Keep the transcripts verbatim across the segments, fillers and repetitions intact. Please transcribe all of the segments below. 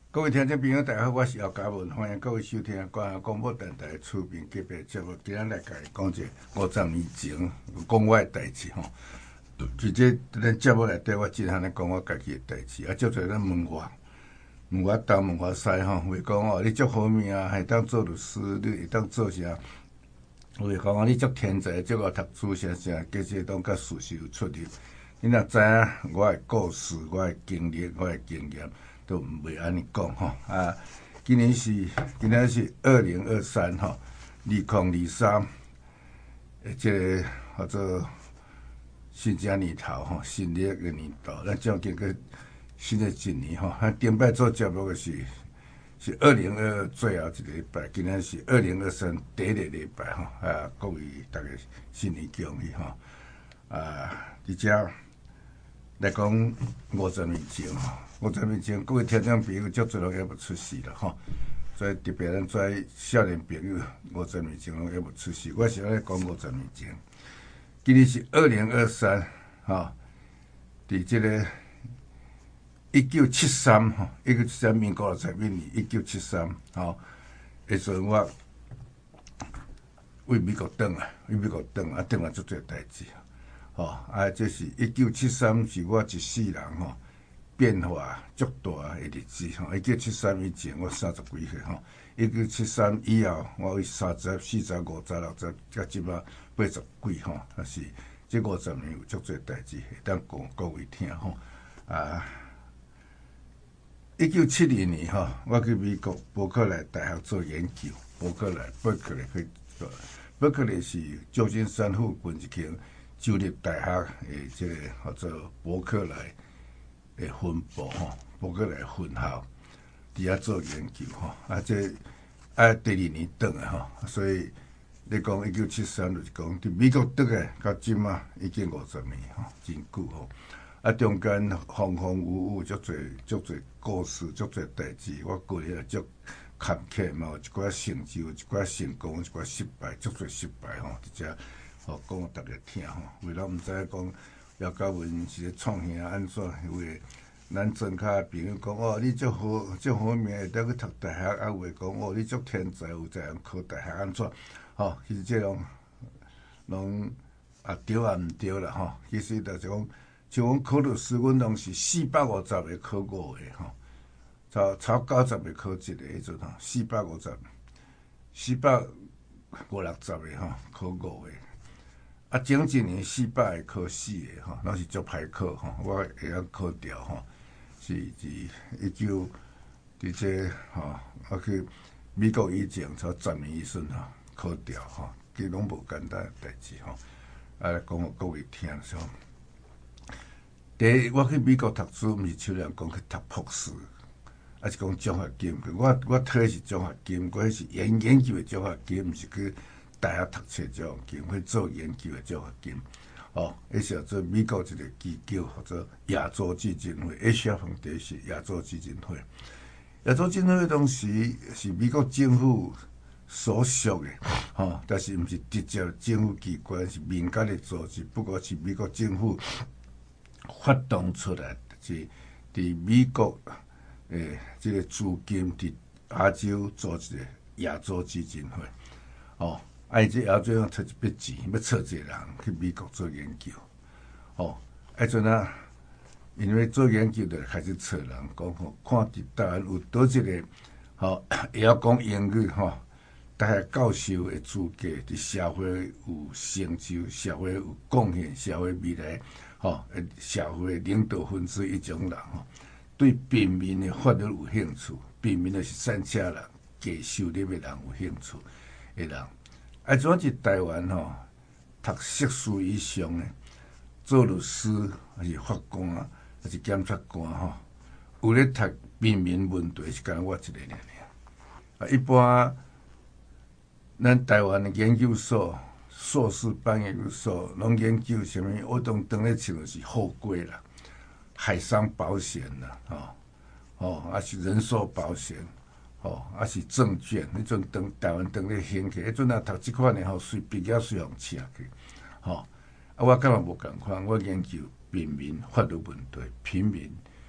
各位听众朋友，大家好，我是姚嘉文，欢迎各位收听关于广播电台厝边隔壁节目。今日来甲伊讲一个五十年前讲我的代志吼。伫这咱节目内底，我经常咧讲我家己的代志，啊，足侪人问我，问我东问我西吼，话讲哦，你足好命啊，会当做律师，你会当做啥？话讲哦，你足天才，足个读书啥啥，其实拢甲事实有出入。你若知影我的故事、我的经历、我的经验。都袂安尼讲吼啊！今年是今年是二零二三吼，二零二三，诶，即个或者新正年头吼，新历个年度，咱将经过新的一年吼。咱顶摆做节目个是是二零二二最后一个礼拜，今年是二零二三第一个礼拜吼啊！各位大家新年恭喜吼啊！伫遮来讲五十年前吼。五十年前，各位听众朋友，足侪人还无出世啦，吼！所以特别咱跩少年朋友，五十年前拢还无出世。我是咧讲五十年前，今年是二零二三，吼！伫即个一九七三，吼，一九七三民国六十一年，一九七三，吼，迄时阵我为美国转来，为美国转啊，转来足侪代志，吼！啊，这是一九七三，是我一世人吼。变化足大的日子吼，一九七三以前我三十几岁吼，一九七三以后我为三十、四十、五十、六十，甲即马八十几吼，啊是这五十年有足侪代志会当讲各位听吼。啊，一九七二年吼，我去美国伯克莱大学做研究，伯克莱伯克莱去做，伯克莱是旧金山附近一间州立大学诶，即个叫做伯克莱。诶，分部吼，伯克莱分校，伫遐做研究吼，啊，这啊第二年转诶吼，所以你讲一九七三就是讲伫美国转诶，到即马已经五十年吼，真久吼。啊，中间风风雨雨，足侪足侪故事，足侪代志，我过去也足坎坷嘛，有一寡成就，有一寡成功，一寡失败，足侪失败吼，伫遮吼讲互大家听吼，为了毋知讲。姚嘉文是咧创啥安怎？因为咱庄脚诶朋友讲哦，你足好足好命，会当去读大学，啊，有诶讲哦，你足天才，有才通考大学安怎？吼、哦，其实这拢拢啊对啊毋对啦吼。其实就是讲，像阮考律师，阮拢是四百五十个考五个吼，超超九十个考一个迄阵吼，四百五十，四百五六十个吼，考五个。啊，整一年四百个考四个吼，拢是足歹考吼，我会晓考掉吼。是伫一九伫这吼，我去美国以前才十年以前吼考掉吼，其实拢无简单诶代志吼。啊，来讲互各位听说，第一，我去美国读书，毋是像人讲去读博士，啊是讲奖学金。我我摕是奖学金，我是研研究诶奖学金，毋是去。大学读册奖学金，去做研究的奖学金，哦，迄是做美国一个机构，或者亚洲基金会 （Asia Foundation） 亚洲基金会。亚洲基金会当时是美国政府所属的，吼、哦，但是毋是直接政府机关，是民间的组织，不过是美国政府发动出来，是伫美国诶，即、这个资金伫亚洲做一个亚洲基金会，哦。啊！伊即亚洲用出一笔钱，要找一个人去美国做研究，哦，迄阵啊，因为做研究就开始找人，讲吼，看伫台湾有倒一个，吼，会晓讲英语吼，大学教授的资格，伫社会有成就、社会有贡献、社会未来，吼，社会领导分子一种人吼，对平民的法律有兴趣，平民的是三车人、低收入的人有兴趣的人。啊，主要是台湾吼，读硕士以上的，做律师还是法官啊，还是检察官吼，有咧读平民问题是干我一个人尔。啊，一般咱台湾的研究所、硕士班研究所，拢研究什么？我当当咧像是货柜啦、海上保险啦，吼、哦，哦，还是人寿保险。哦，啊是证券，迄阵当台湾当咧兴起，迄阵啊读即款诶吼，随毕业随互请去，吼、哦，啊我感觉无共款，我研究平民法律问题、平民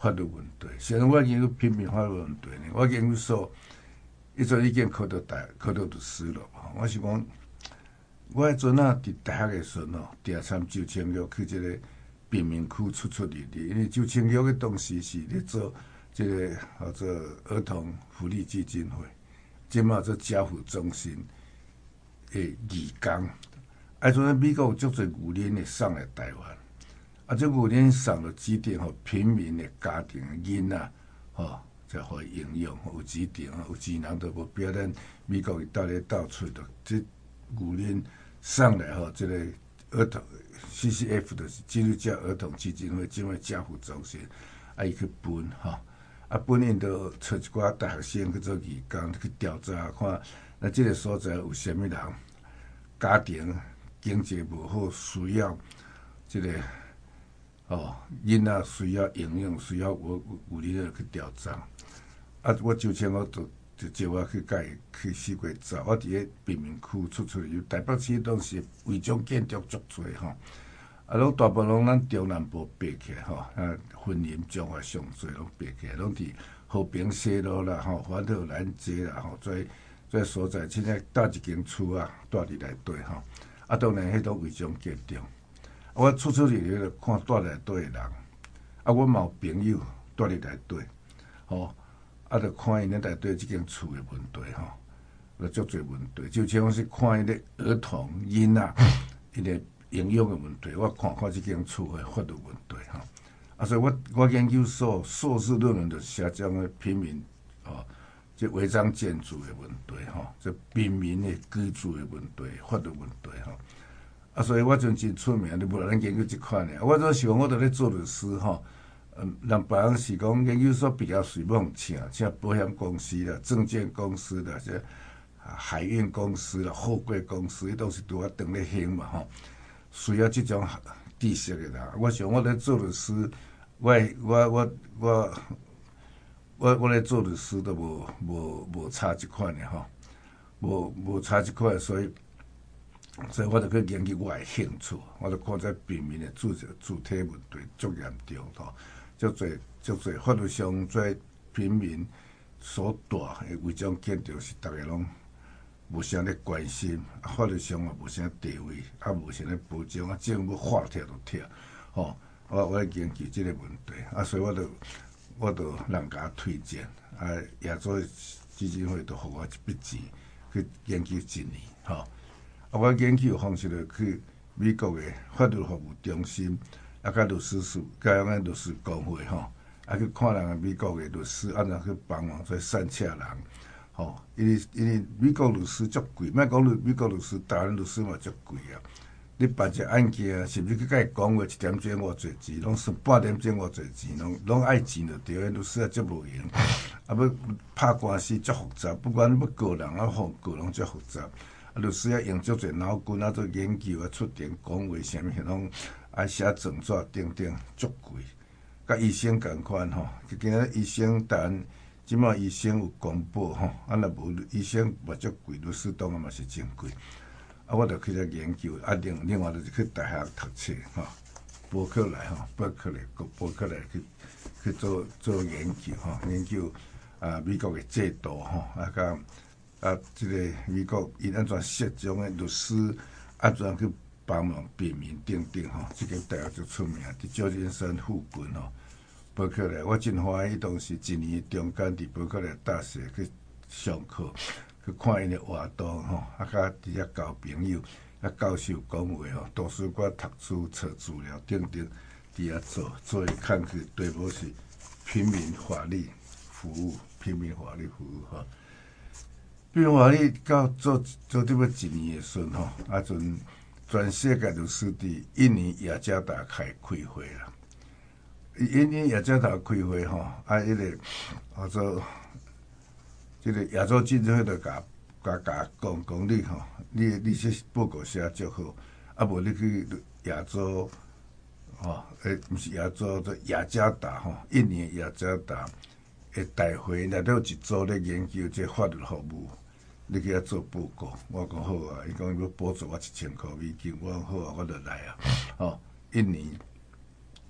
法律问题。虽然我研究平民法律问题呢，我研究所迄阵已经考到大考到律师了。我是讲，我迄阵啊伫大学诶时阵吼，调参周清玉去即个贫民区出出入入，因为周清玉诶当时是咧做即个叫做儿童福利基金会，即马做家福中心诶义工。啊，迄阵美国有足侪牛奶会送来台湾，啊，即牛奶送了指定互平民诶家庭诶囡仔，吼。才互伊应用，有指定，有钱人都无必要咱美国伊到咧到处的，即牛奶送来吼，即、这个儿童 C C F 就是基督教儿童基金会，即位家福中心，啊，伊去分吼，啊，本因都找一寡大学生去做义工，去调查看，咱即个所在有啥物人家庭经济无好，需要即、这个哦囡仔需要营养，需要有有理咧去调查。啊！我周清我就就招我去甲伊去四界走，我伫咧贫民区出出入，台北市当时违章建筑足多吼，啊，拢大部分拢咱中南部爬起来吼，啊，婚姻中华上多拢爬起来，拢伫和平西路啦吼，环河南街啦吼，做做所在，凊彩搭一间厝啊，住伫内底吼，啊，当然迄种违章建筑，啊，我出出入入看住内底诶人，啊，我嘛有朋友住伫内底，吼。啊，著看因咧内底即间厝诶问题吼，著足侪问题。就像是看因咧儿童囡仔因咧营养诶问题，我看看即间厝诶法律问题吼。啊，所以我我研究所硕士论文著写这样诶平民哦，即违章建筑诶问题吼，即平民诶居住诶问题、法律问题吼。啊，所以我阵真出名，你无人研究即款诶。我做是讲，我著咧做律师吼。嗯，人别人是讲研究所毕业水要请，请保险公司啦、证券公司啦、这海运公司啦、货柜公司，伊都是拄啊当咧兴嘛吼，需要即种知识诶人。我想我咧做律师，我我我我我我咧做律师都无无无差即款诶吼，无无差即款，所以所以我著去研究我诶兴趣，我著看在平民诶主主体问题足严重吼。足侪足侪法律上做平民所大诶违章建筑是逐个拢无啥咧关心，啊法律上也无啥地位，啊无啥咧保障，啊政府话拆就拆，吼、哦！我我来研究即个问题，啊所以我著我著人甲推荐，啊亚洲基金会著互我一笔钱去研究一年，吼、哦！啊我研究方式著去美国诶法律服务中心。啊，甲律师事，甲咱律师公会吼，啊去看人美国诶律师安怎去帮忙做善车人，吼，因为因为美国律师足贵，莫讲律美国律师，台湾律师嘛足贵啊。你办一个案件啊，甚至去甲伊讲话一点钟偌济钱，拢算半点钟偌济钱，拢拢爱钱着对，律师也足无用，啊要拍官司足复杂，不管要告人啊，互告拢足复杂，啊律师要用足侪脑筋啊，做研究啊，出庭讲话啥物拢。啊，写证纸等等足贵，甲医生共款吼。今仔医生，但即马医生有公布吼，啊若无医生嘛足贵，律师当然嘛是真贵。啊，我著去咧研究，啊另另外就是去大学读册吼，伯克莱吼，伯克莱，伯克莱去去做做研究吼，研究啊美国诶制度吼，啊甲啊即个美国因安怎设种诶律师，安怎去。帮忙平民等等吼，即间大学就出名，伫旧金山附近吼，伯克莱，我真欢喜，当时一年中间伫伯克莱大学去上课，去看因诶活动吼，啊，甲伫遐交朋友，啊，教授讲话吼，图书馆读书、找资料等等，伫遐做，做伊看去对无是平民法律服务，平民法律服务吼。平民法律到做做伫要一年诶时阵吼，啊阵。全世界律师伫印尼雅加达开开会啦，印尼雅加达开会吼，啊，迄个叫做即个亚洲基金会著甲甲甲讲讲你吼，你你这报告写足好，啊无你去亚洲吼，诶，毋是亚洲，做雅加达吼，印尼雅加达诶大会内底有一组咧研究这法律服务。你去遐做报告，我讲好啊。伊讲要补助我一千箍美金，我讲好啊，我就来啊。吼、哦，印尼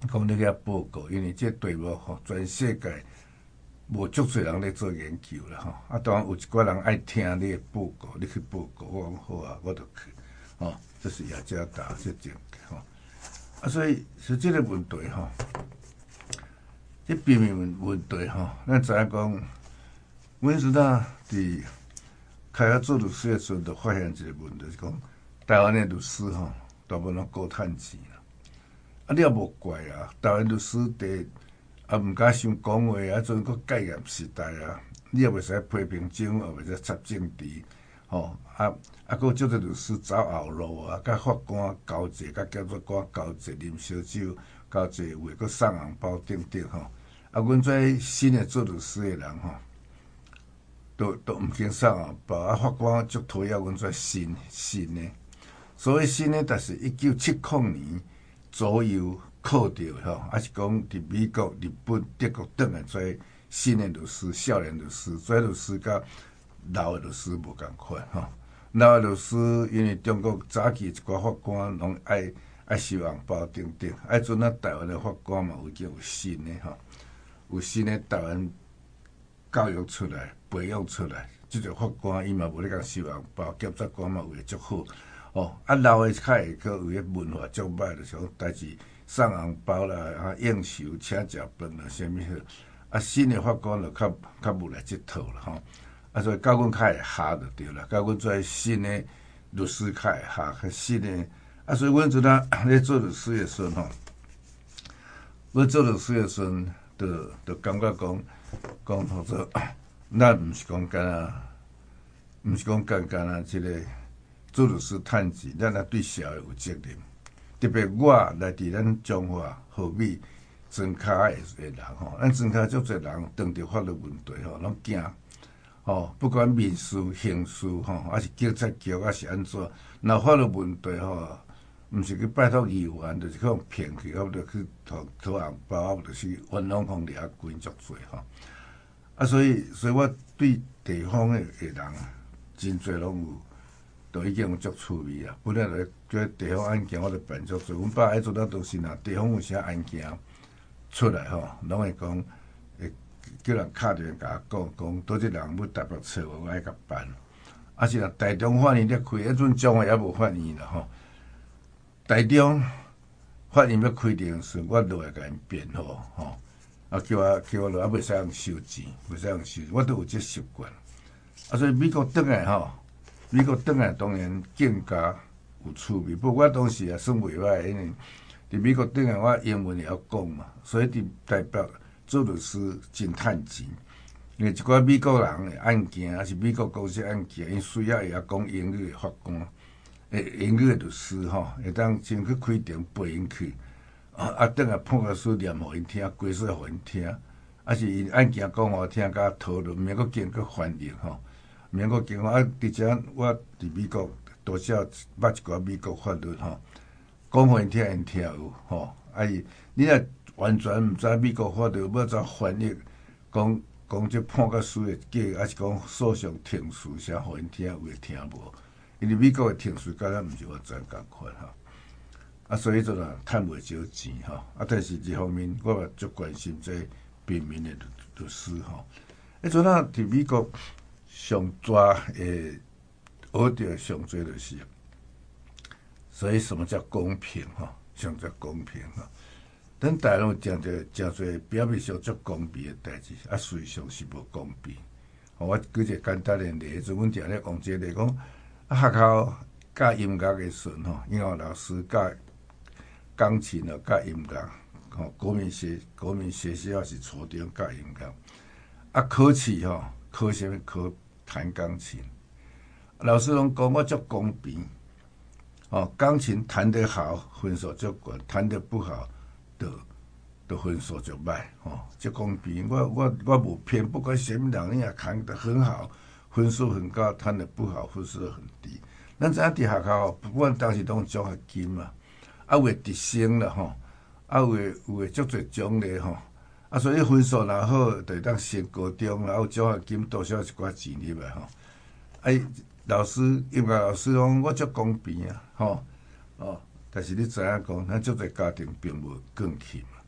讲你遐报告，因为这题目吼，全世界无足侪人咧做研究啦吼。啊，当然有一寡人爱听你的报告，你去报告，我讲好啊，我就去。吼，这是雅加达这种吼。啊，所以是这个问题吼，这边面问问题吼，咱知影讲，阮是呾伫开始做律师的时候，就发现一个问题，是讲台湾的律师吼，大部分拢高趁钱啦。啊，你也无怪啊，台湾律师第啊毋敢伤讲话啊，阵个戒严时代啊，你也袂使批评政府，也袂使插政治，吼啊啊，佫足侪律师走后路啊，甲法官交际，甲检察官交际，啉烧酒，交际有诶佫送红包等等吼。啊，阮这新诶做律师诶人吼，都都毋肯送红包，啊，法官足讨厌阮这新新诶。所谓新诶，就是一九七零年左右考到吼，啊是讲伫美国、日本、德国等诶做新诶律师、少年律师，做律师甲老诶律师无共款吼。老诶律师因为中国早期一寡法官拢爱爱收红包等等，啊，阵啊台湾诶法官嘛有已经有新诶吼，有新诶台湾教育出来、培养出来，即个法官伊嘛无咧共收红包，检察官嘛有诶足好。哦，啊老诶较会个有迄文化足歹，就是讲代志送红包啦，啊应酬请食饭啦，啥物好。啊新诶法官就较较无来即套啦吼。啊所以甲阮较会合就对啦，甲阮做新诶律师较会合，较新诶。啊所以阮阵啊咧做律师诶时阵吼，阮做律师诶时阵，就就感觉讲讲或者咱毋是讲干啊，毋是讲干干啊，即个。做律师趁钱，咱也对社会有责任。特别我来伫咱中华、河美、庄卡诶人吼，咱庄卡足侪人碰到法律问题吼，拢惊吼，不管民事、刑事吼，还是警察局，还是安怎，若法律问题吼，毋是去拜托议员，就是去互骗去，啊，就去讨讨红包，啊，就是冤枉互掠quyền足侪吼。啊，所以，所以我对地方诶诶人，真侪拢有。都已經有足趣味啊！本來就叫地方案件，我著辦足多。阮爸迄陣啊，都是若地方有啥案件出來吼，攏會講，會叫人敲電話甲我講，講倒一人要台北找我，我愛甲辦。啊是若台中法院咧開，迄陣中華也無法院啦吼。台中法院要開庭時，我落來甲因辯護吼，啊叫我叫我落，啊袂使用收錢，袂使用收錢，我都有即習慣。啊，所以美國轉來吼。美國轉來當然更加有趣味，不過我當時也算袂歹，因為佇美國轉來我英文也曉講嘛，所以佇代表做律師真趁錢。因為一寡美國人的案件，還是美國公司案件，因需要會曉講英語的法官，誒英語的律師吼，會當先去開庭陪因去，啊轉來判決書念互因聽，解釋互因聽，還是因案件講互聽，甲討論，毋免閣經過翻譯吼。免個經啊，而且我佇美國多少捌一寡美國法律吼，講互因聽因聽有吼，啊伊你若完全毋知美國法律，要怎翻譯講講即判決書的假，還是講訴訟庭事啥，互因聽有會聽無？因為美國的庭事敢若毋是完全共款吼，啊所以就若趁袂少錢吼，啊但是一方面我嘛足關心這平民的律律師吼，迄陣啊佇美國。上抓誒學到上濟就是，所以什麼叫公平吼？上叫公平吼。咱台灣有真濟真濟表面上足公平誒代志，啊，實際上是無公平。我舉一個簡單誒例子，阮定咧講一個例講，啊學校教音樂誒時陣吼，音樂老師教鋼琴啊，教音樂，吼國民學國民學校是初中教音樂，啊考試吼考啥物考？彈鋼琴，老師攏講我足公平，哦，鋼琴彈得好，分數足高；彈得不好，就就分數就歹，哦，足公平。我我我無偏，不管什麼人，你也彈得很好，分數很高；彈得不好，分數很低。咱知影佇學校，不管當時攏獎學金嘛，啊有誒直升啦吼，啊有誒有誒足儕獎勵吼。啊，所以分數若好，就當升高中，然後獎學金多少一寡錢入來吼。哎，老師音樂老師講，我足公平啊，吼，哦，但是你知影講，咱足儕家庭並無關係嘛。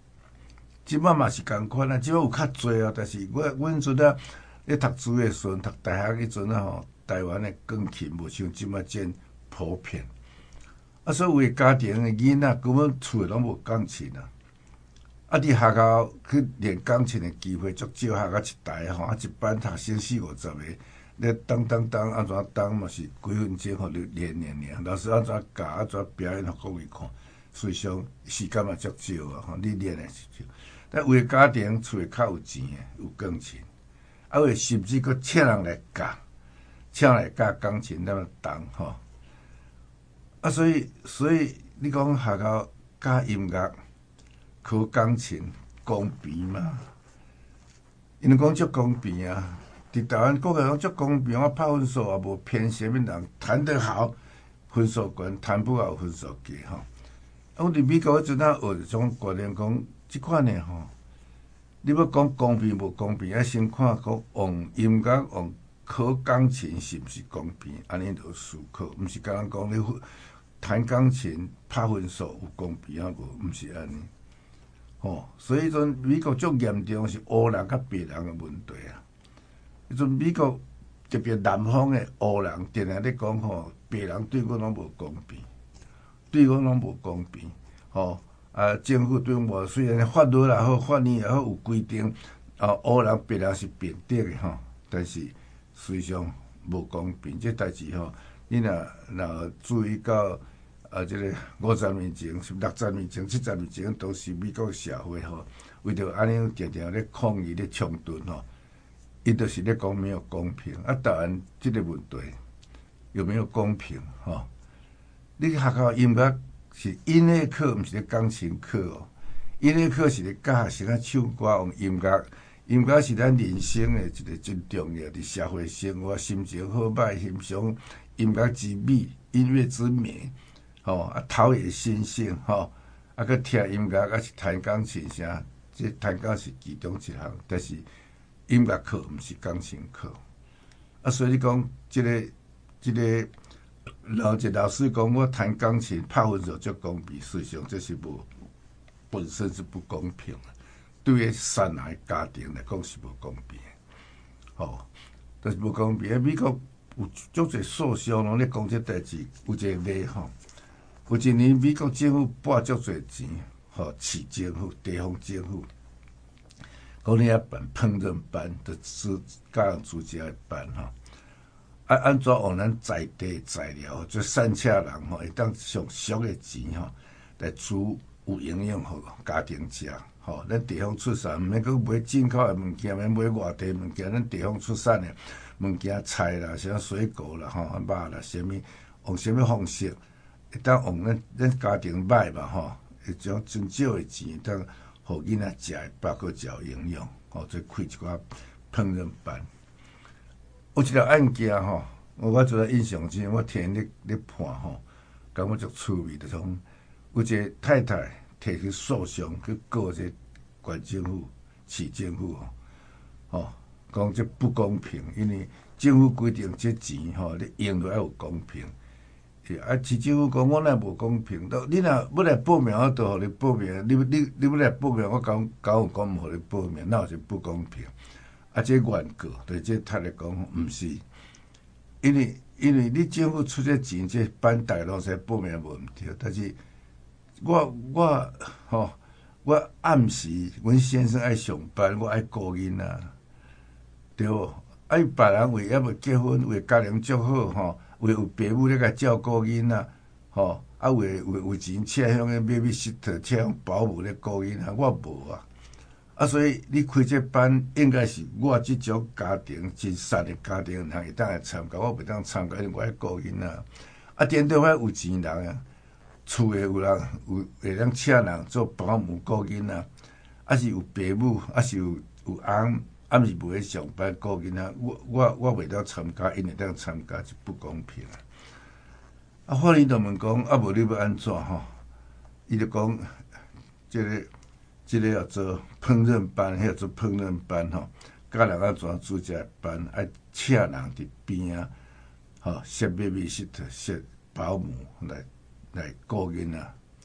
即摆嘛是共款啊，即摆有较侪啊，但是我阮阵啊咧读书诶时阵，读大学迄阵啊吼，台湾诶钢琴无像即摆真普遍。啊，所以有诶家庭诶囡仔根本厝诶拢无钢琴啊。啊，伫学校去练钢琴诶机会足少，学校一台吼，啊一班读生四五十个，咧当当当安怎当嘛是几分钟互你练练练，老师安怎教安怎表演互各位看，实际上时间嘛足少啊，吼，你练诶是少。但有诶家庭厝诶较有钱诶，有钢琴，啊，有诶甚至佫请人来教，请人来教钢琴那么重吼。啊，所以所以你讲学校教音乐、考钢琴公平嘛？因为讲足公平啊！伫台湾国个讲足公平，我拍分数也无偏啥物人，弹得好分数悬，弹不好分数低吼。啊，阮伫美国迄阵啊学一种观念，讲即款诶吼，你要讲公平无公平，要先看讲用音乐用考钢琴是毋是公平，安尼着思考，毋是讲讲你。弹钢琴拍分数有公平啊无？毋是安尼，吼。所以阵美国足严重是黑人甲白人诶问题啊。迄阵美国特别南方诶黑人，定定咧讲吼，白人对阮拢无公平，对阮拢无公平，吼。啊，政府对我虽然法律也好，法律也好有规定，啊，黑人白人是平等诶吼，但是实际上无公平，这代志吼。你若若注意到，啊，即、這个五十年前、是六十年前、七十年前，当时美国社会吼，为着安尼定定咧抗议咧冲突吼，伊就是咧讲没有公平。啊，台湾即个问题有没有公平吼？你学校音乐是音乐课，毋是咧钢琴课哦。音乐课是咧教学生啊唱歌用音乐。音乐是咱人生诶一个真重要的社会生活，心情好歹欣赏音乐之美，音乐之美，吼啊陶冶心性，吼啊佮听音乐啊是弹钢琴啥，这弹钢是其中一项，但是音乐课毋是钢琴课，啊所以你讲即、這个即、這个老一老师讲我弹钢琴拍分数足公平，实际上这是无本身是不公平的。对于善良的家庭来讲是无公平的，吼，但是无公平。美国有足侪诉讼拢咧讲这代志，有一个例吼，有一年美国政府拨足侪钱，吼，市政府、地方政府，讲你要办烹饪班的资教人资质的班吼，啊，安怎用咱在地材料，做散车人吼，会当上俗的钱吼，来煮有营养互家庭食。吼，咱地方出产，毋免阁买进口诶物件，免买外地物件，咱地方出产诶物件，菜啦、啥水果啦、吼肉啦，啥物用啥物方式，会当用咱咱家庭买嘛吼，会将真少诶钱，当互囡仔食诶，包括食有营养，吼，再开一寡烹饪班。有一条案件吼，我做咧印象深，我听咧咧判吼，感觉足趣味，就从有一个太太。摕去诉讼去告这县政府、市政府吼，吼讲这不公平，因为政府规定这钱吼，你用落要有公平。啊，市政府讲我那无公平，你若要来报名，我就互你报名；你你你要来报名，我讲讲有讲毋互你报名，那有是不公平。啊，这原告对这他来讲毋是，因为因为你政府出这钱，这办大拢使报名无毋对，但是。我我吼，我暗时，阮先生爱上班，我爱顾囡仔，对无？啊，伊别人为还未结婚，为家庭足好吼，为有爸母咧甲照顾囡仔，吼，啊为为有钱请向个买买食特，请向保姆咧顾囡仔，我无啊。啊，所以你开这班，应该是我即种家庭真善的家庭人会当来参加，我袂当参加，因为我爱顾囡仔。啊，颠倒遐有钱人啊！厝诶有人有会当请人做保姆顾囡仔，啊是有爸母，啊是有有翁，暗时无咧上班顾囡仔，我我我袂当参加，因会当参加是不公平啊！啊，法院就问讲，啊无你要安怎吼？伊就讲，即、這个即、這个叫做烹饪班，迄做烹饪班吼，教人安怎煮食班，啊请人伫边啊，吼，设备美食特设保姆来。来顾囡仔，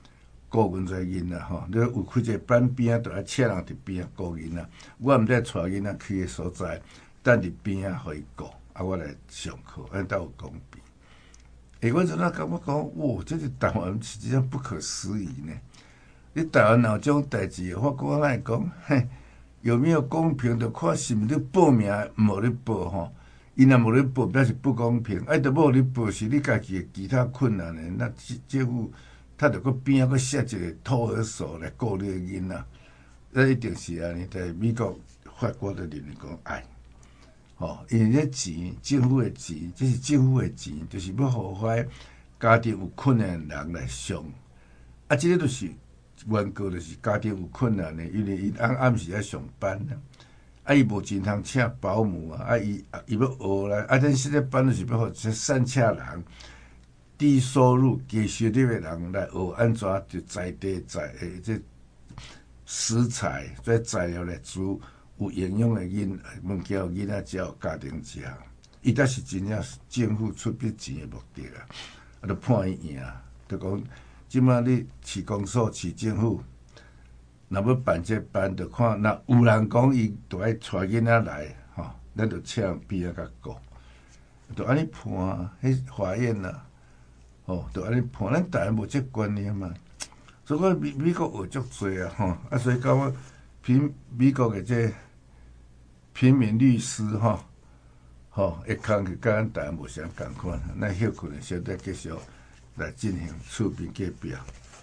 顾阮遮囡仔吼，你有开一个班边仔，就爱请人伫边仔顾囡仔。我毋得带囡仔去个所在，等伫边仔互伊顾，啊，我来上课，安才有公平。诶，我阵仔感觉讲，哇，这是台湾实际上不可思议呢。你台湾有种代志，法官来讲，嘿，有没有公平？就看是毋是你报名无咧报吼。伊若无咧报，表示不公平。哎，着无咧报，是你家己的其他困难的。那政府他着搁边仔搁设一个托儿所来顾你的囡仔，那一定是安尼。在美国法官就认为讲爱，吼，因为这钱，政府的钱，这是政府的钱，就是要互遐家庭有困难的人来上。啊，这个就是原告，就是家庭有困难的，因为伊暗暗时要上班啊。啊，伊无钱通请保姆啊，啊，伊伊要学啦，啊，咱现在班就是要互这散车人、低收入、低收入的人来学安怎就在地在诶这食材、这材料来煮有营养的囡物件，囡仔才有家庭食。伊才是真正政府出笔钱的目的啦，啊，就判伊赢，就讲即摆你市公所、市政府。若要办这班，就看若有人讲伊就爱带囡仔来，吼，咱就请边仔甲顾，就安尼判，迄法院啦，吼，就安尼判。咱台湾无这观念嘛，所以我美美国学足多啊，吼，啊，所以讲我平美国的这平民律师，吼，吼，一工去甲咱台湾无啥共款，咱休困的时再继续来进行厝边隔壁。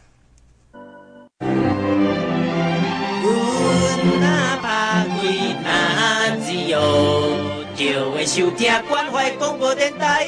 哪怕归哪自由，就会收听关怀广播电台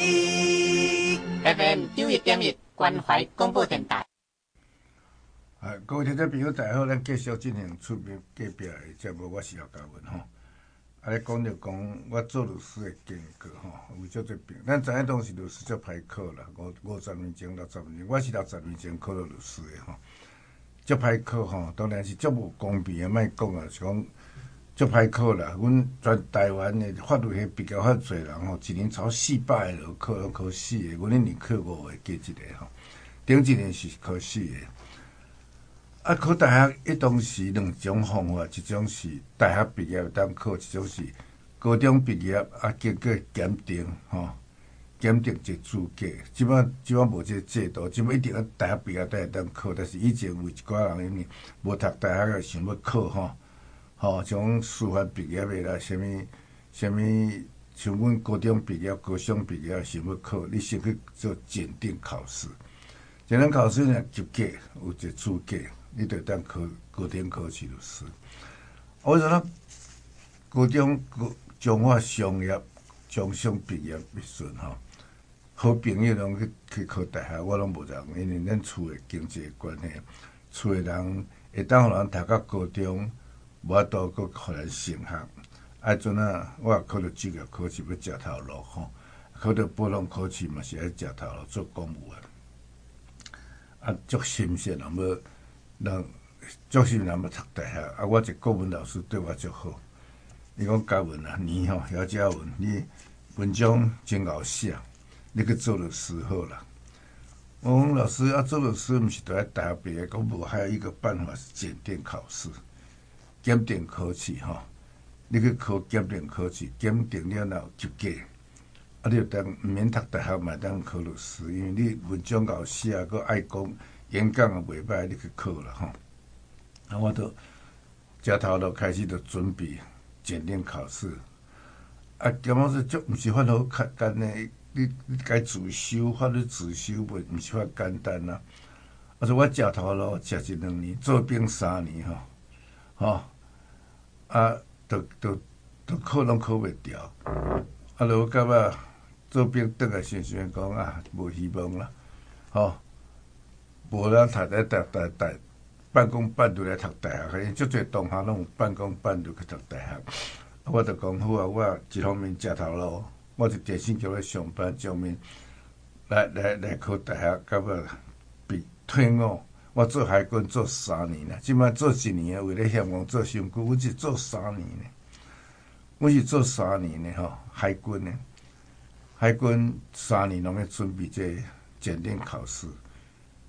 F M 九一点一关怀广播电台。 啊，各位听众朋友，大家好，咱继续进行厝边隔壁的节目，我是姚嘉文吼。啊，咧讲着讲我做律师的经过吼，有足多病。咱知影当时律师足歹考啦，五五十年前、六十年前，我是六十年前考到律师的吼。足歹考吼，当然是足无公平的，莫讲啊，是讲足歹考啦。阮全台湾的法律系比较较侪人吼，一年超四百个考，考四个，阮一年考五个，加一个吼。顶一年是考四个。啊，考大学迄当时两种方法，一种是大学毕业当考，一种是高中毕业啊，经过检定吼。检定一资格，即摆即摆无这制度，即摆一定要大学毕业才会当考。但是以前有一寡人因为无读大学个想要考吼，吼像师范毕业的啦，啥物啥物，像阮高中毕业、高中毕业想要考，你先去做检定考试。检定考试若及格，有一个资格，你就当考高等考试律师。我阵仔高中中华商业中商毕业未顺吼。好朋友拢去去考大学，我拢无人，因为咱厝的经济关系，厝的人会当互人读到高中，无法度搁互人升学。啊，阵啊，我也考到职业考试要食头路吼，考到普通考试嘛是爱食头路做公务员。啊，足新鲜人要人足新人要读大学，啊，我一国文老师对我足好，伊讲嘉文啊，你吼姚嘉文，你文章真好写。你去做律师好啦。我讲老师啊，做律师毋是都爱大学毕业，讲无还有一个办法是检定考试、检定考试吼。你去考检定考试，检定了若有及格，啊，你就当毋免读大学嘛，当考律师，因为你文章够写，佮爱讲演讲也袂歹，你去考啦吼。啊，我都食头路开始就准备检定考试，啊，根本是足毋是法好简单诶。你你该自修，法律自修袂毋是遐简单啦。啊，所以我食头路食一两年，做兵三年吼，吼，啊，都都都考拢考袂掉。啊，落到尾做兵转来想想讲啊，无希望啦，吼，无人读来读读读，半工半读来读大学，因足侪同学拢有半工半读去读大学。我就讲好啊，我一方面食头路。我就电信局咧上班，上面来来来考大学，到尾被退伍。我做海军做三年啦，即摆做一年，为了嫌我做伤久，阮是做三年呢。阮是做三年呢吼，海军呢，海军三年拢咧准备这检定考试。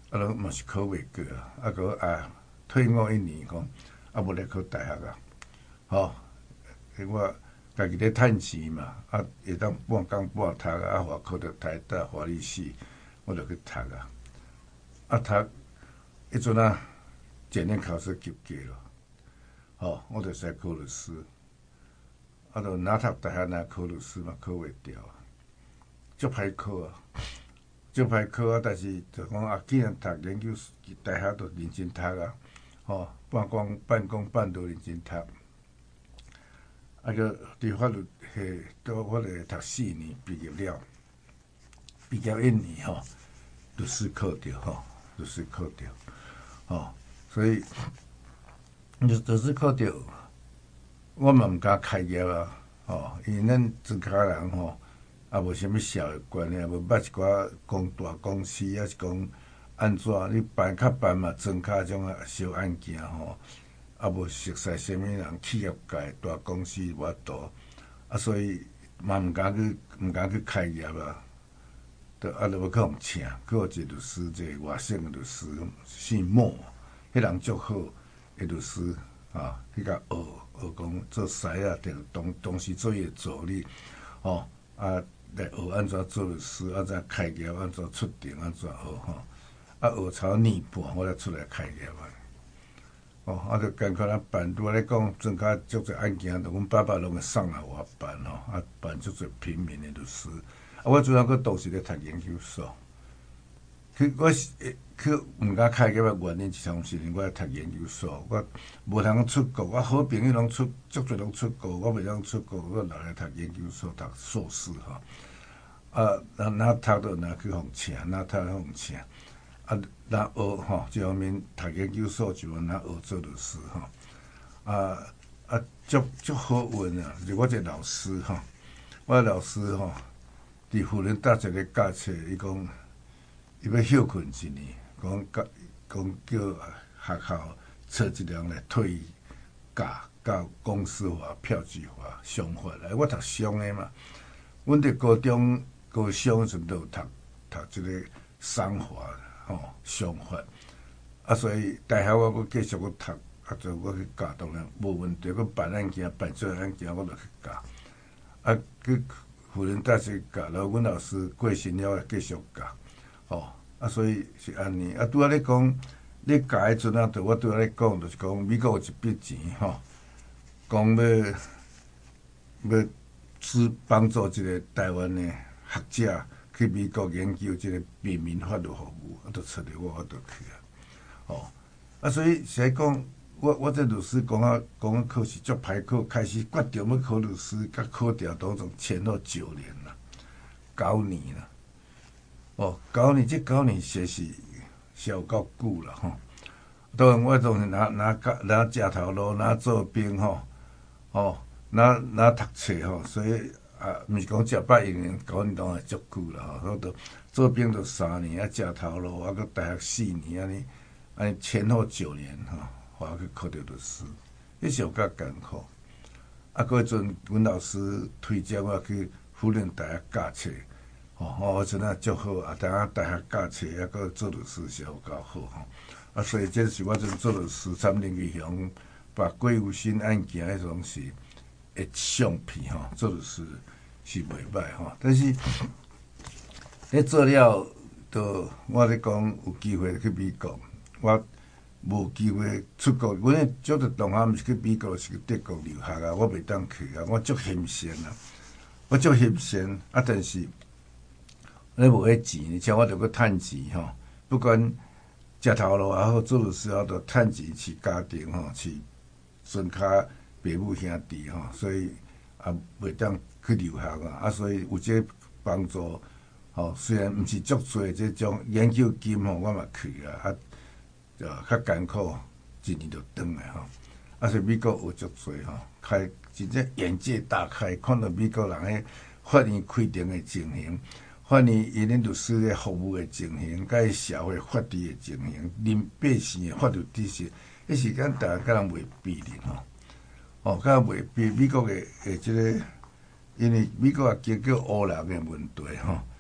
啊，拢嘛是考袂过啊，啊个啊退伍一年讲，啊无来考大学啊，吼，我家己咧趁钱嘛，啊会当半工半读啊，话考到台大华律系，我就去读啊，啊读，迄阵啊，检验考试及格了，吼，我就使考律师，啊，就哪读大学哪考律师嘛，考袂掉啊，足歹考啊。足歹考啊，但是就讲啊，既然读研究大学，就认真读啊，吼，半工半工半读认真读。啊个伫法律系，到法律读四年，毕业了，毕业一年吼，律师考着吼，律师考着，吼，所以律律师考着，我嘛毋敢开业啊，吼，因为咱庄脚人吼。啊，无啥物社会观念，无捌一寡公大公司，还是讲安怎？你办较办嘛，庄脚种啊小案件吼，啊无熟悉啥物人企业界大公司无法度，啊所以嘛毋敢去毋敢去开业啊，都啊就要去互请，去互一个律师，一个外省的律师，姓莫，迄人足好的律师啊，去甲学学讲做师啊，定同同时做伊的助理，吼啊。来学安怎做律师，安怎开业，安怎出庭，安怎学吼。啊，学超年半，我才出来开业啊。哦，啊，就艰苦咱办，拄仔咧讲，庄脚足侪案件，就阮爸爸拢会送来我办吼，啊，办足侪平民的律师。啊，我主要佮当时咧读研究所，去我是去毋敢开业嘅原因是啥？是因我读研究所，我无通出国，我好朋友拢出，足侪拢出国，我袂当出国，我留来读研究所，读硕士吼。啊，哪哪读到哪去互请，哪读互请，啊，哪学吼，一方面读研究所，一方面哪学做律师吼。啊啊，足足好运啊！就我一个老师吼，我老师吼，伫辅仁大学咧教册，伊讲。伊要休困一年，讲教讲叫学校找一人来退教，教公司法、票据法、商法来。我读商的嘛，阮伫高中高商时都有读读即个商法吼、商法，啊，所以大学我阁继续阁读，啊，就我去教，当然无问题。阁办案件、办做案件，我就去教。啊，去辅仁大学教，然后阮老师过身了，继续教。哦，啊，所以是安尼。啊，拄仔咧讲，咧教迄阵啊，就我拄仔咧讲，就是讲美国有一笔钱吼，讲要要是帮助一个台湾的学者去美国研究即个平民法律服务，啊，就找着我，我就去啊。哦，啊，所以是讲，我我这律师讲啊，讲啊考试足歹考，开始决定要考律师，甲考掉当中前后九年啦，九年啦。哦，九年，这九年实是是有够久啦吼。当然，我当时拿拿拿食头路，拿做兵吼，哦，拿拿读册吼，所以啊，毋是讲食饱用九年当然足久啦吼。我都做兵就三年，啊，食头路，啊，搁大学四年，安尼安尼前后九年吼，我去考着律师，迄是有够艰苦。啊，嗰阵阮老师推荐我去辅仁大学教册。哦，我真啊足好啊！当啊大学教册，还搁做律师是有够好吼。啊，所以这是我阵做律师，参林义雄把郭有新案件迄种是会相片吼，做律师是袂歹吼。但是咧做了，都我咧讲有机会去美国，我无机会出国。阮诶足着同学毋是去美国，是去德国留学啊，我袂当去啊，我足嫌嫌啊，我足嫌嫌啊，但是。咧无迄钱，像我着去趁钱吼，不管食头路也好，做律师也好，着趁钱饲家庭吼，饲孙卡爸母兄弟吼，所以也袂当去留学啊。啊，所以有这帮助吼，虽然毋是足多这种研究金吼，我嘛去啊，啊，就较艰苦，一年就转来吼。啊，所以美国有足多吼，开真正眼界大开，看到美国人迄法院开庭的情形。法院因咧律师咧服务的情形，甲伊社会法治的情形，林百姓的法律知识，迄时间大家甲人袂比哩吼。哦，甲人袂比美国的诶即个，因为美国也经过乌人的问题吼，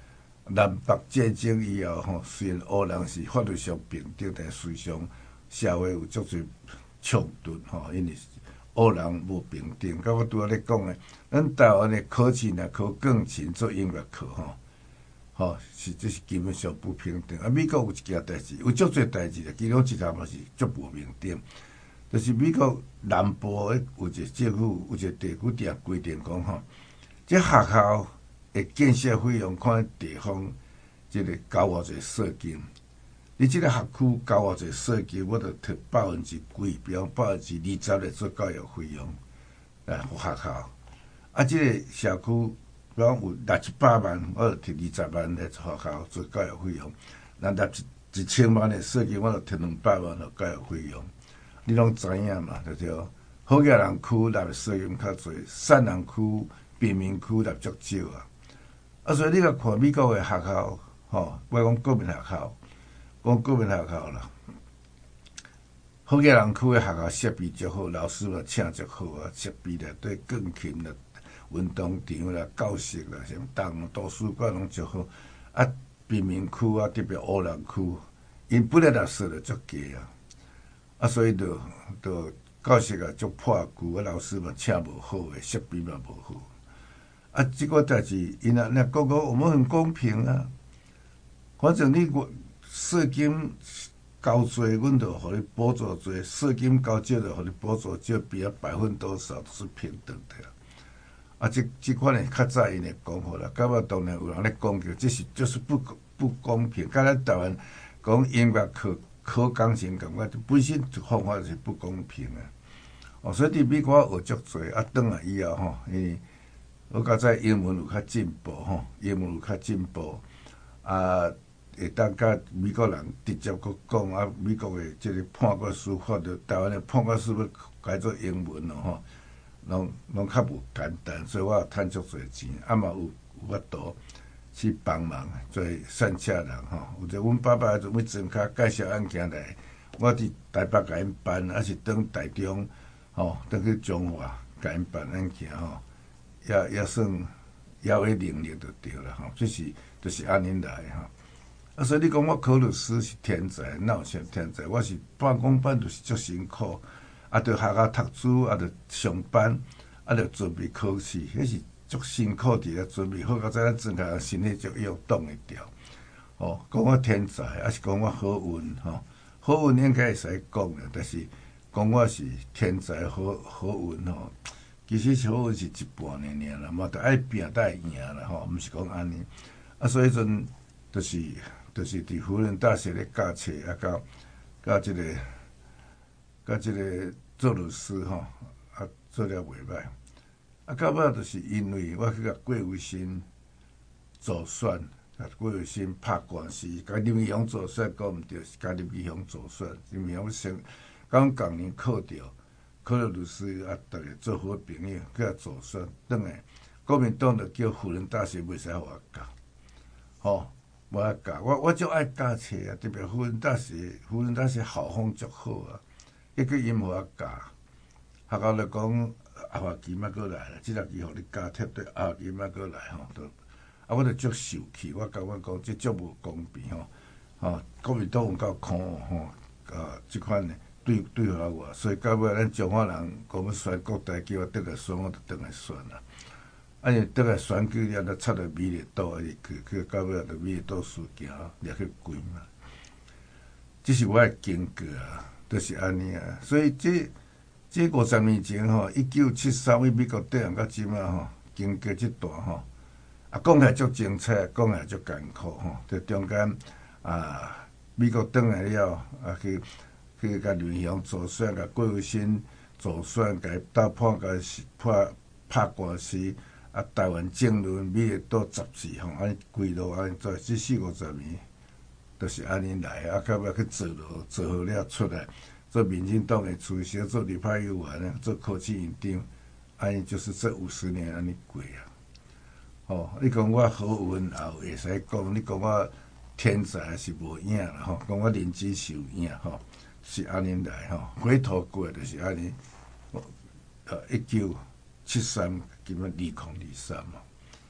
南北战争以后吼，虽然乌人是法律上平等，但实际上社会有足侪冲突吼，因为乌人无平等。甲我拄仔咧讲诶，咱台湾诶考试若考钢琴做音乐课吼，吼是这是基本上不平等。啊，美国有一件代志，有足侪代志咧，其中一项嘛是足无平等，就是美国南部诶有一个政府有一个地区定规定讲吼，这学校诶建设费用看地方。即个交偌济税金，你即个学区交偌济税金，我着摕百分之几，比方百分之二十来做教育费用来互学校。啊，即个社区比方有六七百万，我着摕二十万来做学校做教育费用。咱六一一千万的税金，我着摕两百万做教育费用。你拢知影嘛？对对。好野人区纳的税金较侪，善人区、贫民区纳足少啊。啊，所以你甲看美国的学校。吼，我讲国民学校，讲国民学校啦。好野人区的学校设备足好，老师嘛请足好啊，设备内底钢琴啦、运动场啦、教室啦、什么档图书馆拢足好。啊，贫民区啊，特别乌人区，因本来垃圾就足低啊，啊，所以就就教室啊足破旧，啊，老师嘛请无好诶，设备嘛无好。啊，即个代志，因啊，那讲讲我们很公平啊。反正你税金交多，阮就互你补助多；税金交少，就互你补助少，比啊百分多少都是平等的。啊，即即款诶较早因会讲好啦，到尾当然有人咧讲着，这是就是不不公平。甲咱台湾讲音乐课考钢琴，感觉本身方法是不公平诶。哦，所以伫美国学足多，啊，转来以后吼，因为我较早英文有较进步吼，英文有较进步啊。会当甲美国人直接佫讲啊，美国的即个判决书发着台湾的判决书要改做英文咯吼，拢拢较无简单，所以我趁足侪钱，啊嘛有有法度去帮忙做善车人吼。有者阮爸爸准备装卡介绍案件来，我伫台北甲因办，还是转台中吼，转去中华甲因办案件吼，也也算也有能力就对了吼，这是就是安尼来吼。啊，所以你讲我考律师是天才，哪有啥天才？我是半工半就是足辛苦，啊，着学校读书，啊，着上班，啊，着准备考试，迄是足辛苦伫咧准备好，到再咱装下身体足要动会掉。哦，讲我天才，还是讲我好运吼？好运应该会使讲诶，但是讲我是天才好好运吼，其实好运是一半尔尔啦，嘛，着爱拼才会赢啦吼，毋是讲安尼。啊，所以阵就是。就是伫辅仁大学咧教册，啊，到到即个，到即个做律师吼，啊，做了袂歹。啊，到尾就是因为我去甲郭维新助选，甲郭维新拍官司，甲林义雄助选讲毋对，是甲林义雄助选，林义雄先刚共年考着，考了律师啊，逐个做好朋友，去甲助选，转来国民党就叫辅仁大学袂使互我教，吼。无爱教，我我足爱教册啊！特别辅仁大学，辅仁大学校风足好啊，迄个因互我教，学校就讲后学期莫过来啦，即学期互你教，贴对后学期莫过来吼，都啊，我就足受气，我感觉讲即足无公平吼，吼国民党有够苦吼，啊，即款的对对付我，所以到尾咱中华人讲要选国代叫我倒来选，我就倒来选啦。啊！伊倒来选举了，才插到美丽岛去，去去到尾就美丽岛事件掠去关嘛。这是我的经过啊，就是安尼啊。所以这这五十年前吼，一九七三为美国带人到即马吼，经过这段吼，啊，讲起来足精彩，讲起来足艰苦吼。在中间啊，美国转来了，啊去去甲林义雄助选，甲郭维新助选，甲伊斗判，甲伊判拍官司。啊，台湾政论美丽岛杂志吼，安尼规路安尼做，即四五十年，就是安尼来。啊，到尾去做落，做好了出来，做民进党的主席，做立法委员，做科技院长，安尼就是这五十年安尼过啊。吼，你讲我好运也会使讲，你讲我天才是无影啦吼，讲我认知是有影吼，是安尼来吼。回头过就是安尼，呃，一九七三。今仔二零二三嘛，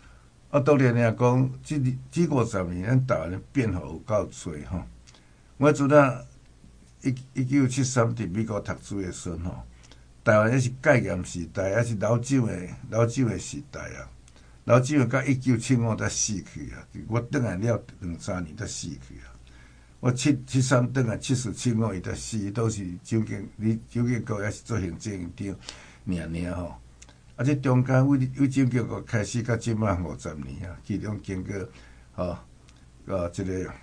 啊，当然也讲，即即五十年，咱台湾的变化有够多吼。我阵啊，一一九七三伫美国读书的时阵吼，台湾迄是戒严时代，还是老蒋的老蒋的时代啊。老蒋到一九七五才死去啊，我转来了两三年才死去啊。我七七三转来七四七五伊才死，都是蒋经李蒋经国也是做行政院长，尔尔吼。啊，这中间为为蒋经国开始到即摆五十年啊，其中经过吼，呃，即、这个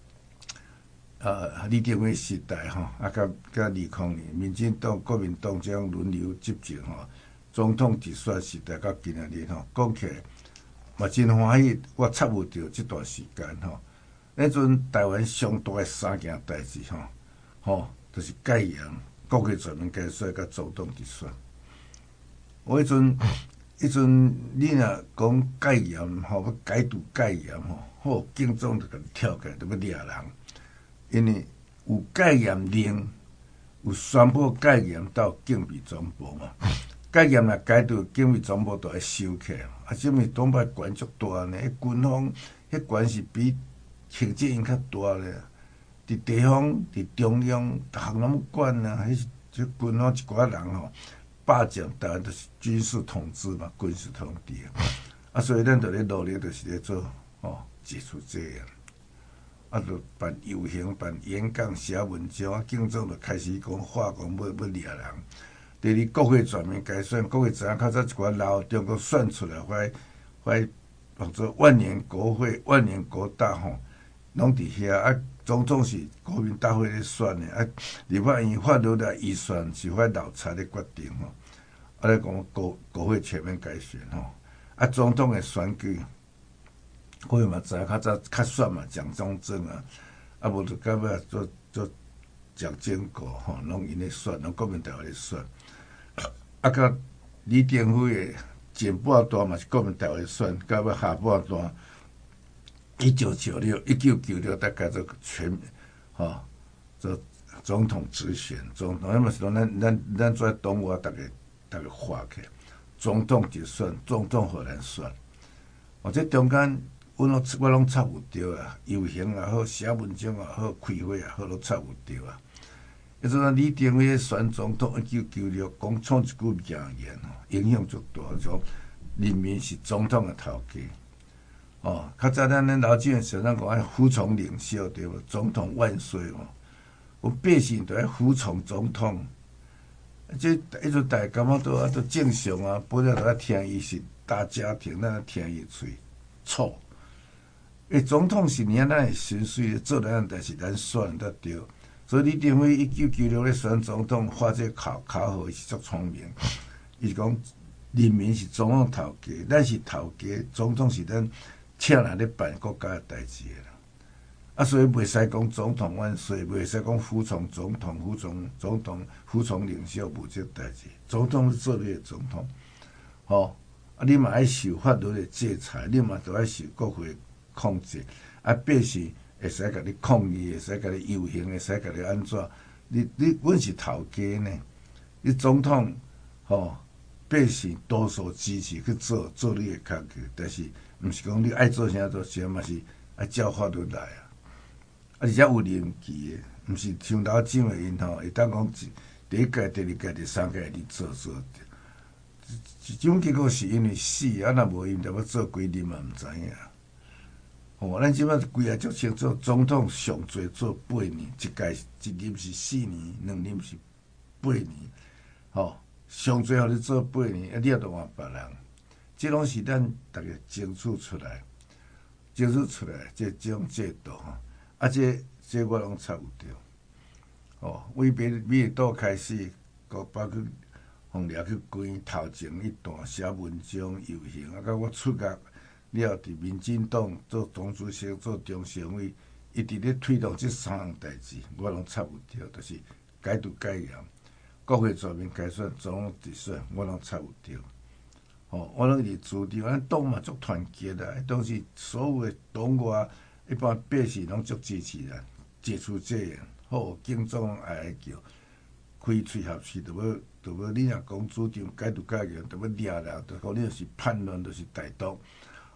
呃李登辉时代吼，啊，甲甲二零年民进党、国民党这样轮流执政吼，总统直选时代到今仔日吼，讲起来嘛真欢喜，我插有着即段时间吼。迄阵台湾上大诶三件代志吼，吼，就是戒严、国会全面改选甲总统直选。我迄阵，迄阵你若讲戒严吼，要解除戒严吼，好，警总就甲你跳起来，就要掠人，因为有戒严令，有宣布戒严到警备总部嘛。戒严若解除，警备总部就会收起，啊，什物党派权足大呢？迄军方迄权是比行政院较大咧，伫地方、伫中央，逐项拢管啊。迄是即军方一寡人吼，霸占台湾就是军事统治嘛，军事统治啊。啊，所以咱着咧努力，就是咧做吼解除戒严，啊，着办游行、办演讲、写文章，啊，警总就开始讲话讲要要掠人。第二，国会全面改选，国会知影较早一寡老中国选出来，怀怀叫做万年国会、万年国大吼。拢伫遐啊，总统是国民大会咧选的啊，立法院法律来预算是法老财咧决定吼。啊，咧讲国国会全面改选吼，啊，总统的选举，我嘛知影较早较选嘛，蒋中正啊，啊无就到尾做做蒋经国吼，拢因咧选，拢国民大会咧选，啊，甲李登辉的前半段嘛是国民大会选，到尾下半段。一九九六、一九九六，大概做全吼、哦，做总统直选，总统，那么是讲咱咱咱做党外，大家大家划起，总统直选，总统互咱选。或者中间，我拢我拢插有着啊，游行也好，写文章也好，开会也好，拢插有着啊。迄阵啊，李登辉选总统，一九九六讲创一句名言吼，影响足大，种人民是总统的头家。哦，较早咱咱老蒋时咱讲爱服从领袖对无？总统万岁嘛，有百姓都爱服从总统。这迄阵大家感觉都啊都正常啊，本来都爱听伊是大家庭，咱听伊嘴错。诶，总统是领咱的薪水做咱代志，咱选得对。所以李登辉一九九六咧选总统，发这考考号是足聪明。伊是讲人民是总统头家，咱是头家，总统是咱。请人咧办国家诶代志诶啦，啊，所以袂使讲总统万岁，袂使讲服从总统、服从总统、服从领袖，无这代志。总统是做你诶总统，吼、哦，啊，你嘛爱受法律诶制裁，你嘛都爱受国会控制，啊，百姓会使甲你抗议，会使甲你游行，会使甲你安怎？你你，阮是头家呢，你总统，吼、哦，百姓多数支持去做做你诶工作，但是。毋是讲你爱做啥做啥，嘛是爱照法律来啊！啊，而且有任期诶，毋是像老蒋诶因吼，会当讲第一届、第二届、第三届你做做。即种结果是因为死，啊，若无因着要做几年嘛，毋知影。吼、哦，咱即摆规个足清楚，总统上侪做八年，一届一任是四年，两任是八年。吼、哦，上侪互你做八年，啊，你也着换别人。即拢是咱逐个争取出来，争取出来即即种制度吼，啊，即即我拢插有着。哦，为美美岛开始，个包括互掠去关头前一段写文章、游行，啊，到我出狱了，伫民进党做党主席、做中常委，一直咧推动即三项代志，我拢插有着，就是解除戒严、国会全面改选、总统直选，我拢插有着。哦，我拢是主张，咱党嘛足团结啦，都是所有的党外一般百姓拢足支持咱，解除戒严，好，警总拢爱来叫，开喙合气，就要就要你若讲主张解除戒严，就要掠人，就讲你就是叛乱，就是歹党，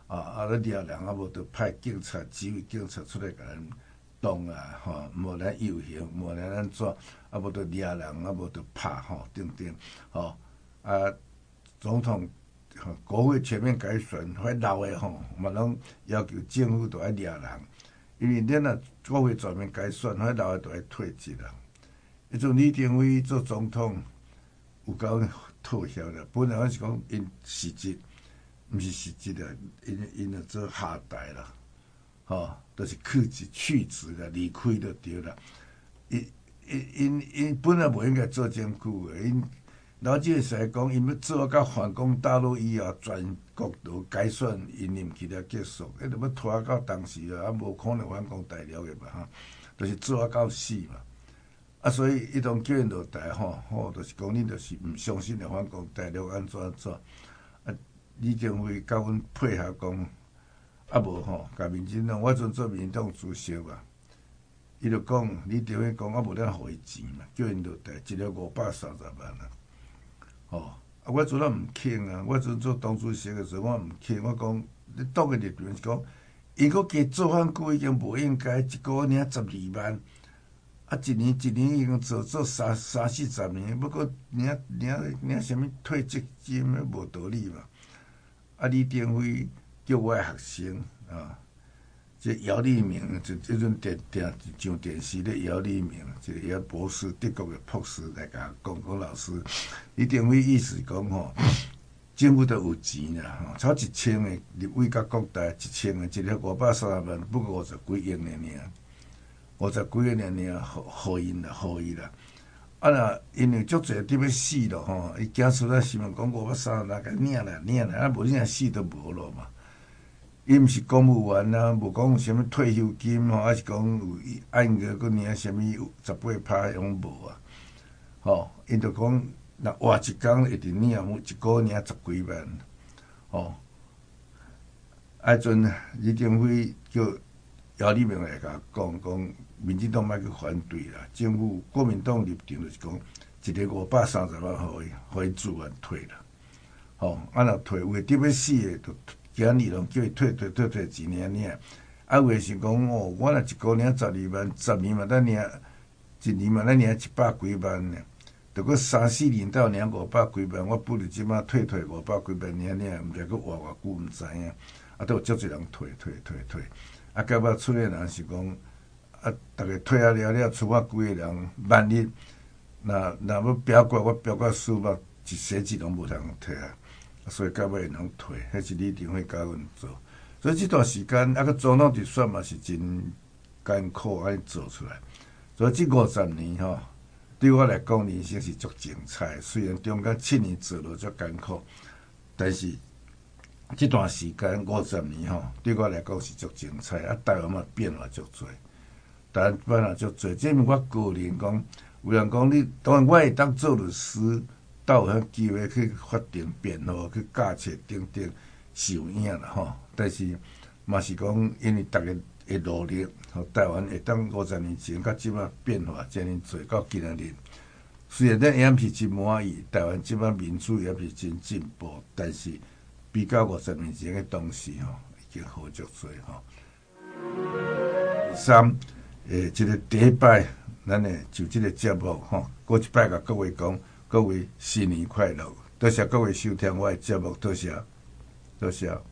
啊啊，咧掠人啊，无就派警察、几位警察出来甲咱挡啊，吼，无咱游行，无咱安怎，啊无就掠人，啊无就拍吼，等等，吼啊，总统。国会全面改选，迄老的吼，嘛拢要求政府都爱掠人，因为恁若国会全面改选，迄老的都爱退职啦。迄阵李登辉做总统，有够妥协啦。本来我是讲因辞职，毋是辞职啦，因因着做下台啦，吼，都、就是去职去职啦，离开就对啦。因因因因本来无应该做真久的，因。老姐是讲，因要做到反攻大陆以后，全国都改选，因任期了结束，迄就要拖到当时了，啊，无可能反攻大陆的嘛，哈，就是做到死嘛。啊，所以伊当叫因落台吼，吼，就是讲恁就是毋相信的反攻大陆安怎安怎。啊，李登辉甲阮配合讲，啊无吼，甲民进党，我阵做民进党主席嘛，伊就讲李登辉讲，啊无咱互伊钱嘛，叫因落台，一个五百三十万啊。哦，啊，我阵仔毋肯啊！我阵做党主席的时候，我毋肯。我讲，你党的立场是讲，伊搁加做反久已经无应该，一个月十二万，啊，一年一年已经做做三三四十年，不过领领领什么退职金，无道理嘛。啊，李登辉叫我的学生啊，这姚立明，就这阵电电上电视咧，姚立明，这个姚博士，德国的博士来甲讲讲老师，李登辉意思讲吼，政府都有钱啦，吼，超一千个立委甲国大一千个，一个五百三十万，不过五十几亿呢尔，五十几亿呢尔，互互因啦，互伊啦。啊若因为足侪伫要死咯吼，伊惊出来新闻讲五百三十万，甲领来领来，啊无领死都无咯嘛。伊毋是公务员啊，无讲有啥物退休金吼，还是讲有按个个领啥物十八趴拢无啊？吼，因着讲若活一工一直领，一个领十几万，吼。啊，阵李登辉叫姚立明来甲讲讲，民进党莫去反对啦，政府国民党立场就是讲，一个五百三十万，互伊互伊自愿退啦，吼。啊，若退有诶伫要死诶，就。今日拢叫伊退退退退一年领，啊有诶是讲哦，我若一个领十二万，十年嘛咱领一年嘛咱领一百几万呢，着搁三四年到领五百几万，我不如即马退退五百几万领领，毋知搁活偌久毋知影，啊都有足侪人退退退退，啊到尾出诶人是讲，啊逐个退啊了了，厝啊几个人，万一若若要表决，我表决数目一世纪拢无通退啊。所以到尾会能退，迄是李登辉教阮做。所以这段时间，啊个总统直选嘛是真艰苦安尼做出来。所以这五十年吼，对我来讲人生是足精彩。虽然中间七年做落足艰苦，但是这段时间五十年吼，对我来讲是足精彩。啊，台湾嘛变化足多，台湾变化足多。这是我个人讲，有人讲你，当然我会当做律师。倒有迄机会去法庭辩护、去假册等等是有影啦吼，但是嘛是讲，因为逐个会努力，吼台湾会当五十年前甲即摆变化遮尔多，到今仔日，虽然咱也毋是真满意，台湾即摆民主也毋是真进步，但是比较五十年前的当时吼，已经好足多吼。三，诶，即个第一摆，咱诶就即个节目吼，过一摆甲各位讲。各位新年快乐！多谢各位收听我的节目，多谢，多谢。